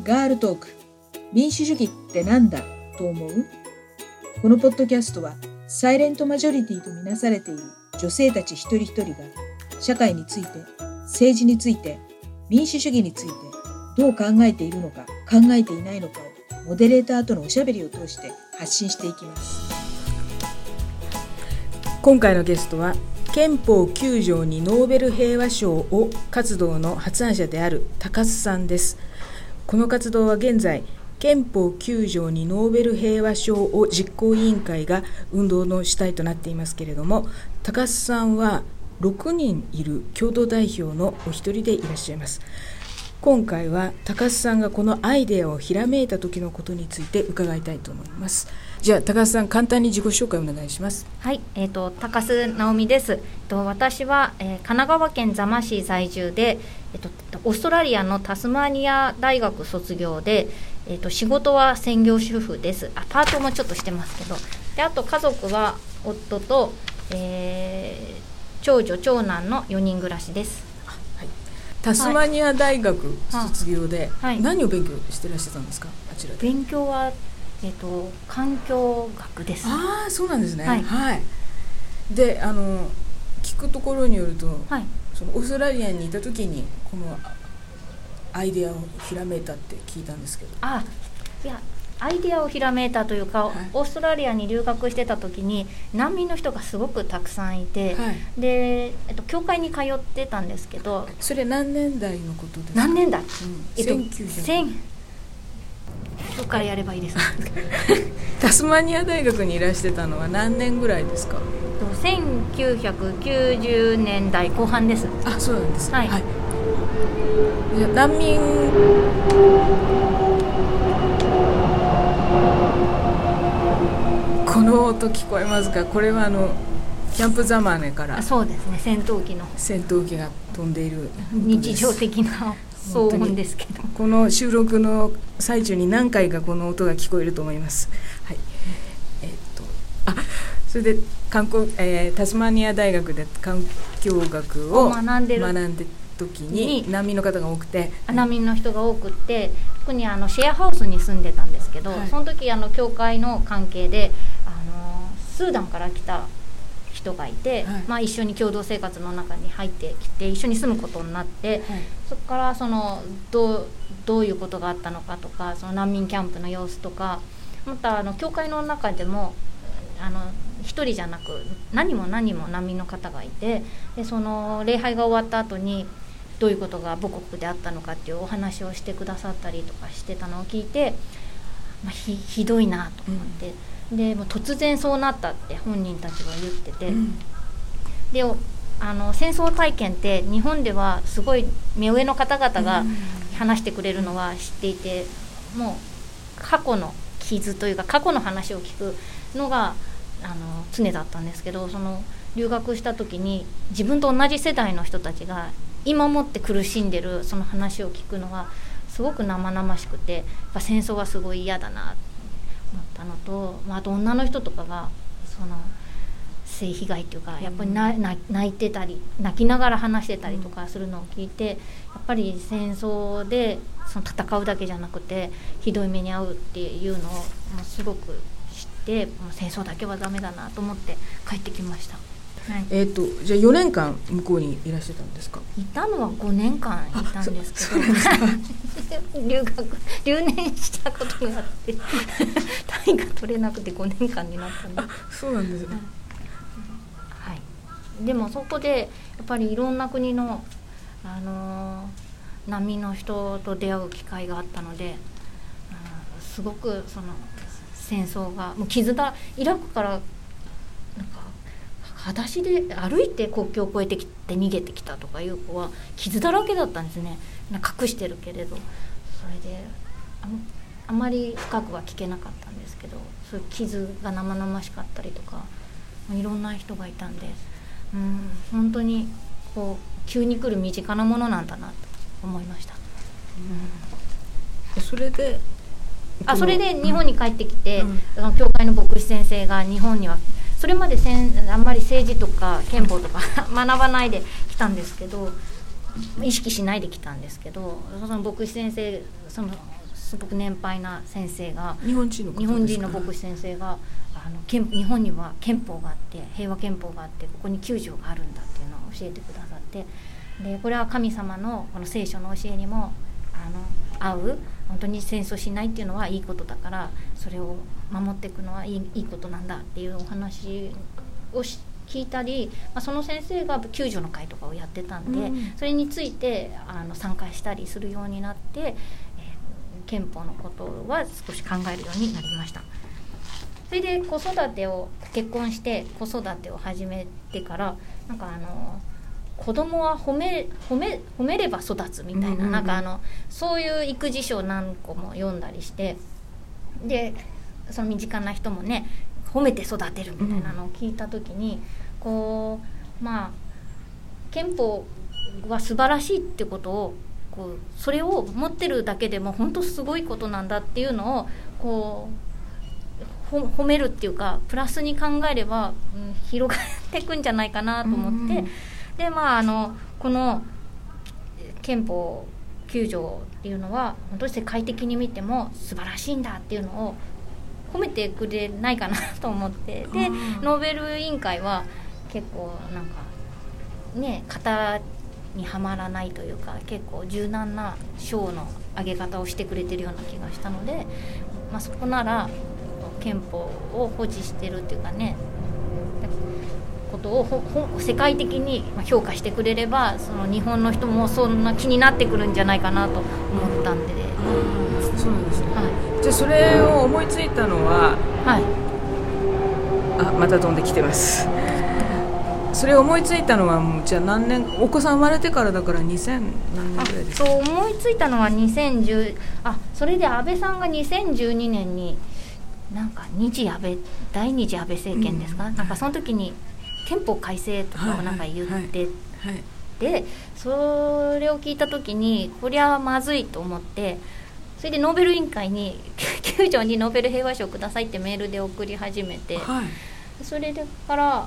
ガールトーク、民主主義ってなんだと思う？このポッドキャストはサイレントマジョリティとみなされている女性たち一人一人が社会について、政治について、民主主義についてどう考えているのか考えていないのかをモデレーターとのおしゃべりを通して発信していきます。 今回のゲストは憲法9条にノーベル平和賞を活動の発案者である高須さんです。この活動は現在憲法9条にノーベル平和賞を実行委員会が運動の主体となっていますけれども、高須さんは6人いる共同代表のお一人でいらっしゃいます。今回は高須さんがこのアイデアをひらめいた時のことについて伺いたいと思います。じゃあ高須さん、簡単に自己紹介をお願いします。 はい、高須直美です。私は、神奈川県座間市在住で、オーストラリアのタスマニア大学卒業で、仕事は専業主婦です。パートもちょっとしてますけど、であと家族は夫と、長女長男の4人暮らしです。 はい、タスマニア大学卒業で、 はい、 何を勉強してらっしゃったんですか？あちらで勉強は、環境学です。 ああ、そうなんですね。 はい、 はい、で聞くところによると、 はい、 そのオーストラリアにいた時にこのアイデアをひらめいたって聞いたんですけど。 いや、アイデアをひらめいたというか、はい、オーストラリアに留学してた時に難民の人がすごくたくさんいて、はい、で、教会に通ってたんですけど。 それ何年代のことですか？ 何年代、 1900 どこからやればいいですか？ タスマニア大学にいらしてたのは何年ぐらいですか ？1990年代後半です。 あ、そうなんです、 はい、はい、 じゃあ難民この音聞こえますか？これはキャンプザマネからそうですね、戦闘機が飛んでいる日常的な騒音ですけど、 この収録の最中に何回かこの音が聞こえると思います。はい、それでタスマニア大学で環境学を学んで時に難民の方が多くて、 難民の人が多くて、特にシェアハウスに住んでたんですけど、はい、その時教会の関係でスーダンから来た人がいて、はい、一緒に共同生活の中に入ってきて一緒に住むことになって、はい、そこからどういうことがあったのかとか、その難民キャンプの様子とか、また教会の中でも一人じゃなく何人も難民の方がいて、でその礼拝が終わった後にどういうことが母国であったのかっていうお話をしてくださったりとかしてたのを聞いて、ひどいなと思って、でもう突然そうなったって本人たちは言ってて、で戦争体験って日本ではすごい目上の方々が話してくれるのは知っていて、もう過去の傷というか過去の話を聞くのが常だったんですけど、その留学した時に自分と同じ世代の人たちが今もって苦しんでるその話を聞くのはすごく生々しくて、やっぱ戦争はすごい嫌だなと思ったのと、あと女の人とかがその性被害というか、やっぱり泣いてたり泣きながら話してたりとかするのを聞いて、やっぱり戦争でその戦うだけじゃなくてひどい目に遭うっていうのをすごく知って、戦争だけはダメだなと思って帰ってきました。はい、 じゃあ4年間向こうにいらっしゃったんですか？ いたのは5年間いたんですけど留年したことがあって単位が取れなくて5年間になったんで。 そうなんですね。 はい、でもそこでやっぱりいろんな国の、難民の人と出会う機会があったので、すごくその戦争がもうイラクからなんか裸足で歩いて国境を越えてきて逃げてきたとかいう子は傷だらけだったんですね。隠してるけれど、それであまり深くは聞けなかったんですけど、そういう傷が生々しかったりとかいろんな人がいたんで、本当にこう急に来る身近なものなんだなと思いました。 それで日本に帰ってきて、教会の牧師先生が日本にはそれまであんまり政治とか憲法とか学ばないで来たんですけど、意識しないで来たんですけど、その牧師先生そのすごく年配な先生が、 日本人の牧師先生が日本には憲法があって、平和憲法があって、ここに9条があるんだっていうのを教えてくださって、でこれは神様のこの聖書の教えにも合う、本当に戦争しないっていうのはいいことだから、それを守っていくのはいいことなんだっていうお話を聞いたり、その先生が救助の会とかをやってたんで、それについて参加したりするようになって、憲法のことは少し考えるようになりました。それで結婚して子育てを始めてから、なんか子供は褒めれば育つみたいな、なんかそういう育児書を何個も読んだりして、でその身近な人もね褒めて育てるみたいなのを聞いた時に、憲法は素晴らしいってことをそれを持ってるだけでも本当すごいことなんだっていうのを褒めるっていうか、プラスに考えれば、広がっていくんじゃないかなと思って、でこの憲法9条っていうのは本当に世界的に見ても素晴らしいんだっていうのを褒めてくれないかなと思って、でノーベル委員会は結構なんかね型にはまらないというか、結構柔軟な賞の上げ方をしてくれてるような気がしたので、そこなら憲法を保持してるっていうかねことを世界的に評価してくれれば、その日本の人もそんな気になってくるんじゃないかなと思ったんで、 そうなんですね、はい、じゃあそれを思いついたのは、また飛んできてます。それを思いついたのはじゃあ何年、お子さん生まれてからだから2000何年ぐらいですか？ そう思いついたのは2010、それで安倍さんが2012年になんか第二次安倍政権ですか、なんかその時に憲法改正とかをなんか言ってで、それを聞いた時にこりゃまずいと思って、それでノーベル委員会に9条にノーベル平和賞くださいってメールで送り始めて、それから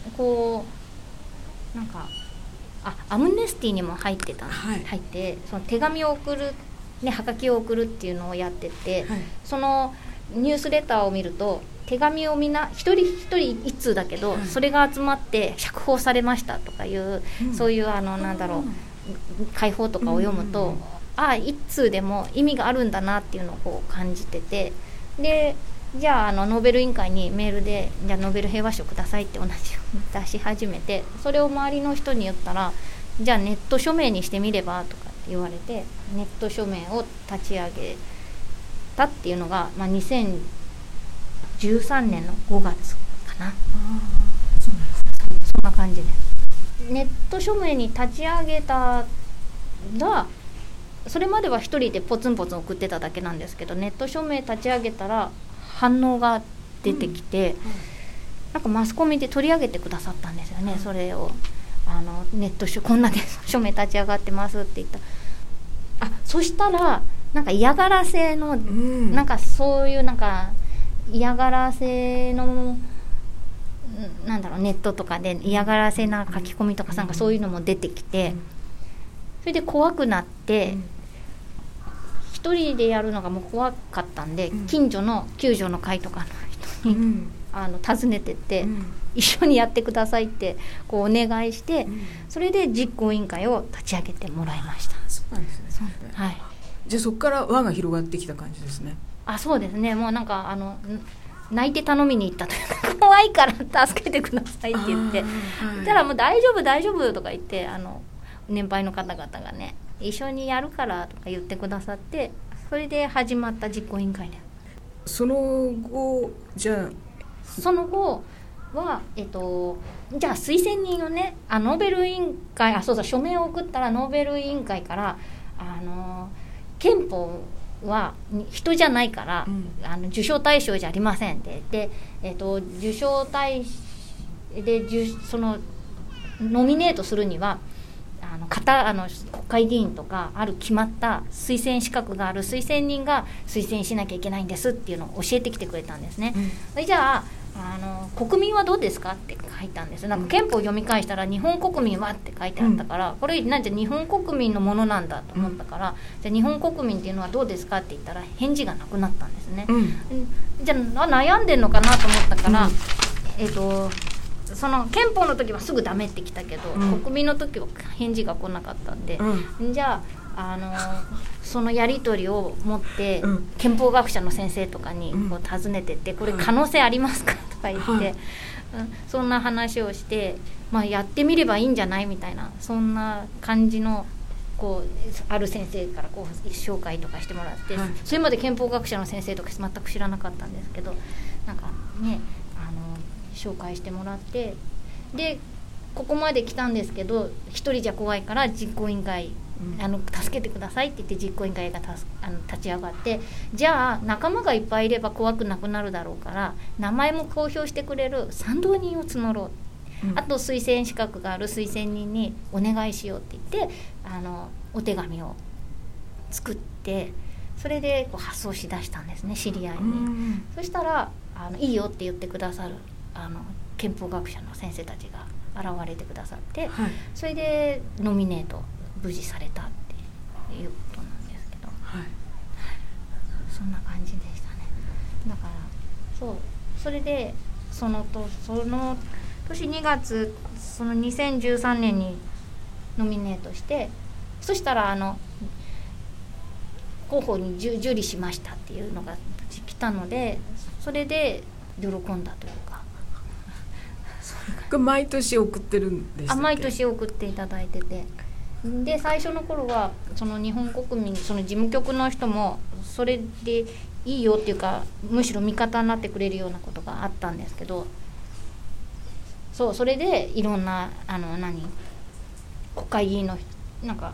なんかアムネスティにも入ってその手紙を送るはがきを送るっていうのをやってて、そのニュースレターを見ると手紙をみんな一人一人一通だけど、それが集まって釈放されましたとかいう、そういう解放とかを読むと、一通でも意味があるんだなっていうのを感じてて、でじゃあノーベル委員会にメールでじゃあノーベル平和賞くださいって同じように出し始めて、それを周りの人に言ったら、じゃあネット署名にしてみればとかって言われて、ネット署名を立ち上げたっていうのが、2013年の5月かな。そんな感じです。ネット署名に立ち上げたら、それまでは一人でポツンポツン送ってただけなんですけど、ネット署名立ち上げたら反応が出てきて、なんかマスコミで取り上げてくださったんですよね。それをネットこんな署名立ち上がってますって言った。そしたらなんか嫌がらせの、なんかそういうなんか嫌がらせのネットとかで嫌がらせな書き込みとかなんかそういうのも出てきて、それで怖くなって、一人でやるのがもう怖かったんで、近所の救助の会とかの人に、訪ねてって、一緒にやってくださいってお願いして、それで実行委員会を立ち上げてもらいました。 そうなんですね。じゃあそこから輪が広がってきた感じですね。 そうですね。もうなんか泣いて頼みに行ったというか、怖いから助けてくださいって言って、そしたらもう大丈夫とか言って、年配の方々がね一緒にやるからとか言ってくださって、それで始まった実行委員会です。 その後はじゃあ推薦人をね、ノーベル委員会署名を送ったらノーベル委員会から憲法は人じゃないから、受賞対象じゃありませんで、受賞対でそのノミネートするには国会議員とかある決まった推薦資格がある推薦人が推薦しなきゃいけないんですっていうのを教えてきてくれたんですね。じゃあ国民はどうですかって書いたんです。なんか憲法を読み返したら日本国民はって書いてあったから、これなんじゃ日本国民のものなんだと思ったから、じゃあ日本国民っていうのはどうですかって言ったら返事がなくなったんですね。じゃあ悩んでんのかなと思ったから、その憲法の時はすぐダメってきたけど、国民の時は返事が来なかったんで、じゃあそのやり取りを持って、憲法学者の先生とかにこう尋ねてって、これ可能性ありますかとか言って、そんな話をして、やってみればいいんじゃないみたいな、そんな感じのこうある先生からこう紹介とかしてもらって、それまで憲法学者の先生とか全く知らなかったんですけど、なんかね紹介してもらって、でここまで来たんですけど、一人じゃ怖いから実行委員会助けてくださいって言って実行委員会が立ち上がって、じゃあ仲間がいっぱいいれば怖くなくなるだろうから名前も公表してくれる賛同人を募ろう、あと推薦資格がある推薦人にお願いしようって言ってお手紙を作って、それでこう発送しだしたんですね、知り合いに。そしたらいいよって言ってくださる憲法学者の先生たちが現れてくださって、それでノミネート無事されたっていうことなんですけど、そんな感じでしたね。だからそれでその年2月その2013年にノミネートして、そしたら候補に受理しましたっていうのが来たので、それで喜んだというか毎年送ってるんですか？ 毎年送っていただいてて、で最初の頃はその日本国民、その事務局の人もそれでいいよっていうか、むしろ味方になってくれるようなことがあったんですけど、それでいろんな国会議員のなんか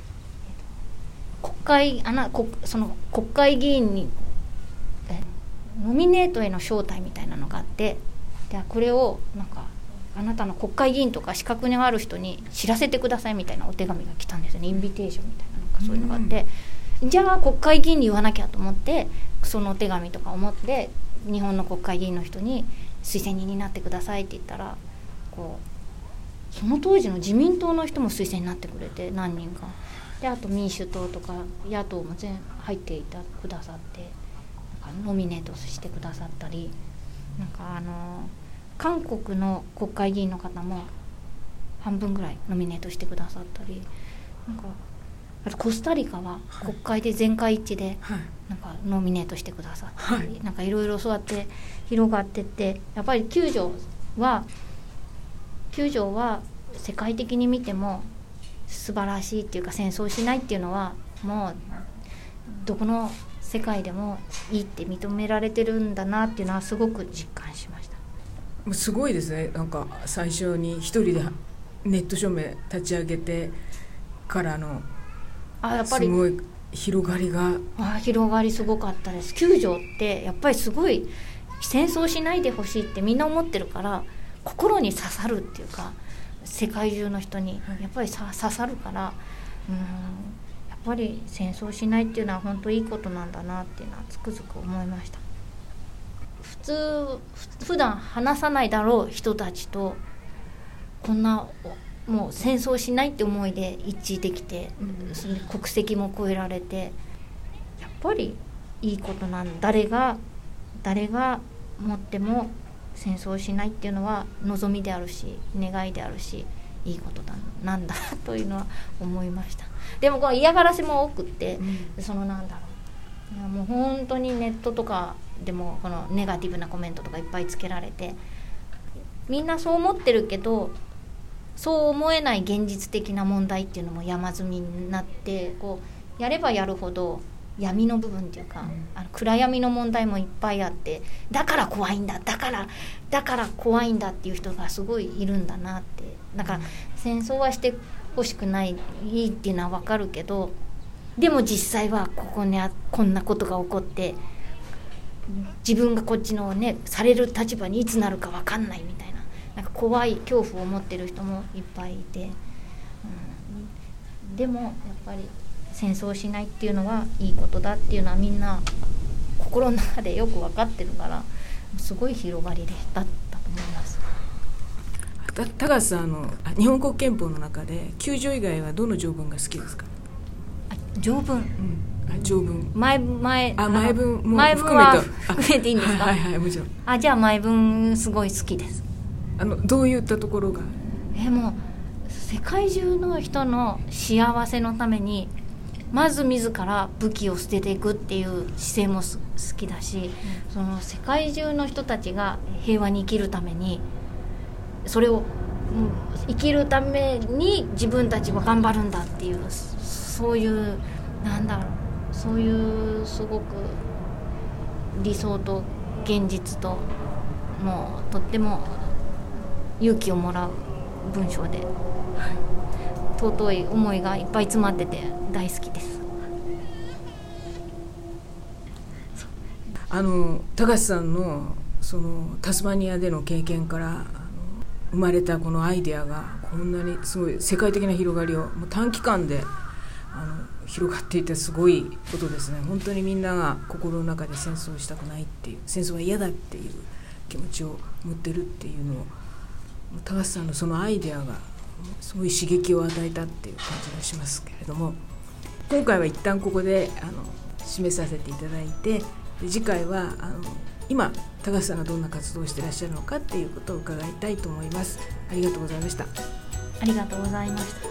その国会議員にノミネートへの招待みたいなのがあって、でこれをなんかあなたの国会議員とか資格にある人に知らせてくださいみたいなお手紙が来たんですよね。インビテーションみたいな、なんかそういうのがあって、じゃあ国会議員に言わなきゃと思って、そのお手紙とかを持って日本の国会議員の人に推薦人になってくださいって言ったら、その当時の自民党の人も推薦になってくれて、何人かで、あと民主党とか野党も全入ってくださって、なんかノミネートしてくださったり、なんか韓国の国会議員の方も半分ぐらいノミネートしてくださったり、なんかあとコスタリカは国会で全会一致でなんかノミネートしてくださったり、なんかいろいろそうやって広がってって、やっぱり9条は世界的に見ても素晴らしいっていうか、戦争しないっていうのはもうどこの世界でもいいって認められてるんだなっていうのはすごく実感しました。 すごいですね。なんか最初に一人でネット署名立ち上げてからのやっぱりすごい広がりが広がりすごかったです。9条ってやっぱりすごい戦争しないでほしいってみんな思ってるから、心に刺さるっていうか、世界中の人にやっぱり刺さるから、やっぱり戦争しないっていうのは本当いいことなんだなっていうのはつくづく思いました。普段話さないだろう人たちとこんなもう戦争しないって思いで一致できて、国籍も超えられて、やっぱりいいことなんだ。誰が持っても戦争しないっていうのは望みであるし願いであるし、いいことなんだというのは思いました。でもこの嫌がらせも多くって、もう本当にネットとかでもこのネガティブなコメントとかいっぱいつけられて、みんなそう思ってるけどそう思えない現実的な問題っていうのも山積みになって、やればやるほど闇の部分っていうか、暗闇の問題もいっぱいあって、だから怖いんだだから怖いんだっていう人がすごいいるんだなって。だから戦争はしてほしくないっていうのは分かるけど、でも実際はここにこんなことが起こって、自分がこっちのされる立場にいつなるか分かんないみたいな、なんか怖い恐怖を持ってる人もいっぱいいて、でもやっぱり戦争しないっていうのはいいことだっていうのはみんな心の中でよく分かってるから、 すごい広がりだったと思います。 高橋さん、日本国憲法の中で9条以外はどの条文が好きですか？ 条文、 条文、 前文も含めていいんですか？ はいはい、もちろん。 じゃあ前文すごい好きです。 どういったところが？ もう世界中の人の幸せのためにまず自ら武器を捨てていくっていう姿勢も好きだし、その世界中の人たちが平和に生きるために、それを生きるために自分たちは頑張るんだっていう、そういうそういうすごく理想と現実ともうとっても勇気をもらう文章で、尊い思いがいっぱい詰まってて大好きです。 高橋さんのそのタスマニアでの経験から生まれたこのアイデアがこんなにすごい世界的な広がりをもう短期間で広がっていてすごいことですね。本当にみんなが心の中で戦争したくないっていう、戦争は嫌だっていう気持ちを持ってるっていうのを、高橋さんのそのアイデアがすごい刺激を与えたっていう感じがしますけれども、今回は一旦ここで締めさせていただいて、次回は今高橋さんがどんな活動をしていらっしゃるのかっていうことを伺いたいと思います。ありがとうございました。 ありがとうございました。